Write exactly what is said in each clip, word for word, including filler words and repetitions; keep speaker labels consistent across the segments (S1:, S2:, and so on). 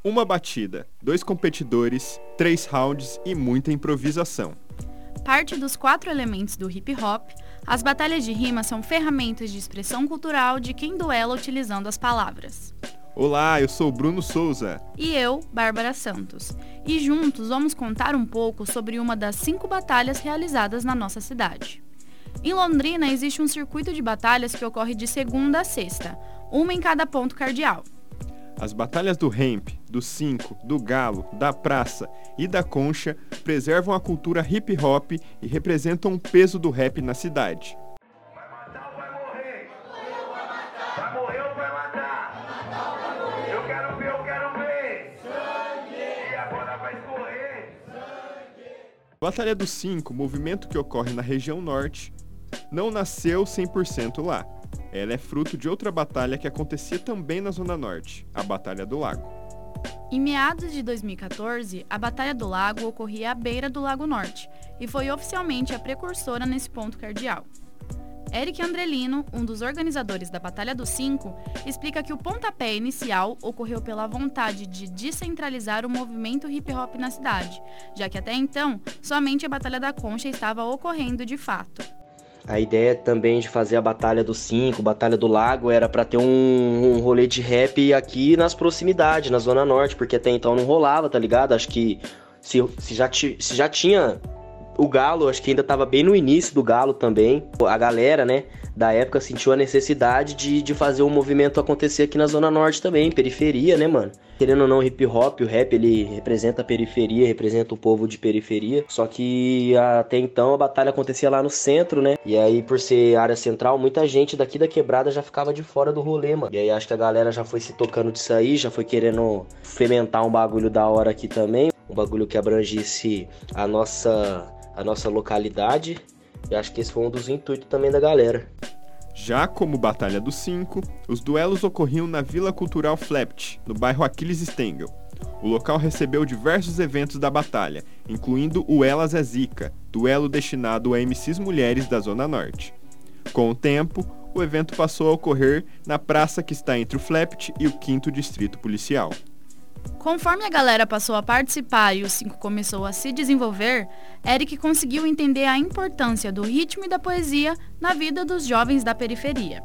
S1: Uma batida, dois competidores, três rounds e muita improvisação.
S2: Parte dos quatro elementos do hip hop, as batalhas de rima são ferramentas de expressão cultural de quem duela utilizando as palavras.
S1: Olá, eu sou Bruno Souza.
S2: E eu, Bárbara Santos. E juntos vamos contar um pouco sobre uma das cinco batalhas realizadas na nossa cidade. Em Londrina existe um circuito de batalhas que ocorre de segunda a sexta, uma em cada ponto cardeal.
S1: As batalhas do Ramp, do Cinco, do Galo, da Praça e da Concha preservam a cultura hip hop e representam o peso do rap na cidade.
S3: Vai matar ou vai morrer? Vai morrer ou vai matar? Eu quero ver, eu quero ver. Sangue! E agora vai escorrer.
S1: A Batalha do Cinco, movimento que ocorre na região norte, não nasceu cem por cento lá. Ela é fruto de outra batalha que acontecia também na Zona Norte, a Batalha do Lago.
S2: Em meados de dois mil e catorze, a Batalha do Lago ocorria à beira do Lago Norte e foi oficialmente a precursora nesse ponto cardeal. Eric Andrelino, um dos organizadores da Batalha do Cinco, explica que o pontapé inicial ocorreu pela vontade de descentralizar o movimento hip-hop na cidade, já que até então, somente a Batalha da Concha estava ocorrendo de fato.
S4: A ideia também de fazer a Batalha do Cinco, Batalha do Lago, era para ter um, um rolê de rap aqui nas proximidades, na Zona Norte, porque até então não rolava, tá ligado? Acho que se, se, já, ti, se já tinha o Galo, acho que ainda tava bem no início do Galo também. A galera, né, da época sentiu a necessidade de, de fazer o movimento acontecer aqui na Zona Norte também, periferia, né, mano? Querendo ou não, hip hop, o rap, ele representa a periferia, representa o povo de periferia. Só que até então a batalha acontecia lá no centro, né? E aí, por ser área central, muita gente daqui da quebrada já ficava de fora do rolê, mano. E aí acho que a galera já foi se tocando disso aí, já foi querendo fomentar um bagulho da hora aqui também. Um bagulho que abrangisse a nossa, a nossa localidade. E acho que esse foi um dos intuitos também da galera.
S1: Já como Batalha do Cinco, os duelos ocorriam na Vila Cultural Flept, no bairro Aquiles Stengel. O local recebeu diversos eventos da batalha, incluindo o Elas é Zica, duelo destinado a M Cs mulheres da Zona Norte. Com o tempo, o evento passou a ocorrer na praça que está entre o Flept e o quinto Distrito Policial.
S2: Conforme a galera passou a participar e o Cinco começou a se desenvolver, Eric conseguiu entender a importância do ritmo e da poesia na vida dos jovens da periferia.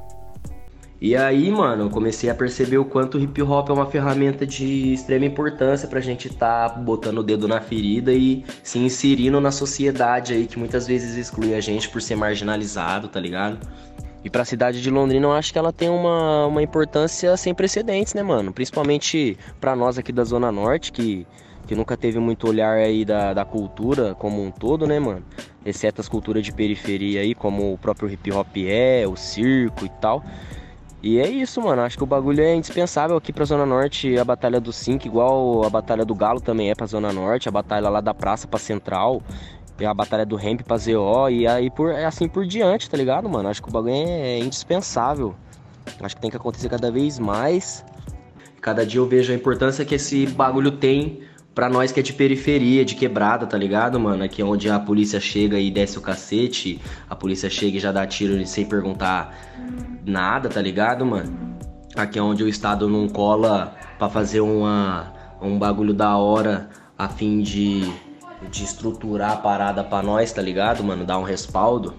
S4: E aí, mano, eu comecei a perceber o quanto o hip hop é uma ferramenta de extrema importância pra gente tá botando o dedo na ferida e se inserindo na sociedade aí que muitas vezes exclui a gente por ser marginalizado, tá ligado? E pra cidade de Londrina eu acho que ela tem uma, uma importância sem precedentes, né, mano? Principalmente pra nós aqui da Zona Norte, que, que nunca teve muito olhar aí da, da cultura como um todo, né, mano? Exceto as culturas de periferia aí, como o próprio hip hop é, o circo e tal. E é isso, mano, acho que o bagulho é indispensável aqui pra Zona Norte, a Batalha do Cinco, igual a Batalha do Galo também é pra Zona Norte, a batalha lá da Praça pra Central, a Batalha do Ramp pra Z O, e aí por, assim por diante, tá ligado, mano? Acho que o bagulho é indispensável, acho que tem que acontecer cada vez mais. Cada dia eu vejo a importância que esse bagulho tem pra nós que é de periferia, de quebrada, tá ligado, mano? Aqui é onde a polícia chega e desce o cacete, a polícia chega e já dá tiro sem perguntar nada, tá ligado, mano? Aqui é onde o Estado não cola pra fazer uma, um bagulho da hora a fim de, de estruturar a parada pra nós, tá ligado, mano? Dar um respaldo.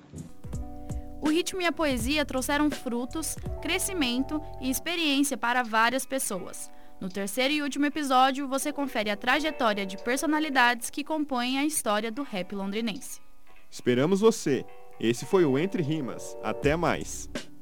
S2: O ritmo e a poesia trouxeram frutos, crescimento e experiência para várias pessoas. No terceiro e último episódio, você confere a trajetória de personalidades que compõem a história do rap londrinense.
S1: Esperamos você! Esse foi o Entre Rimas. Até mais!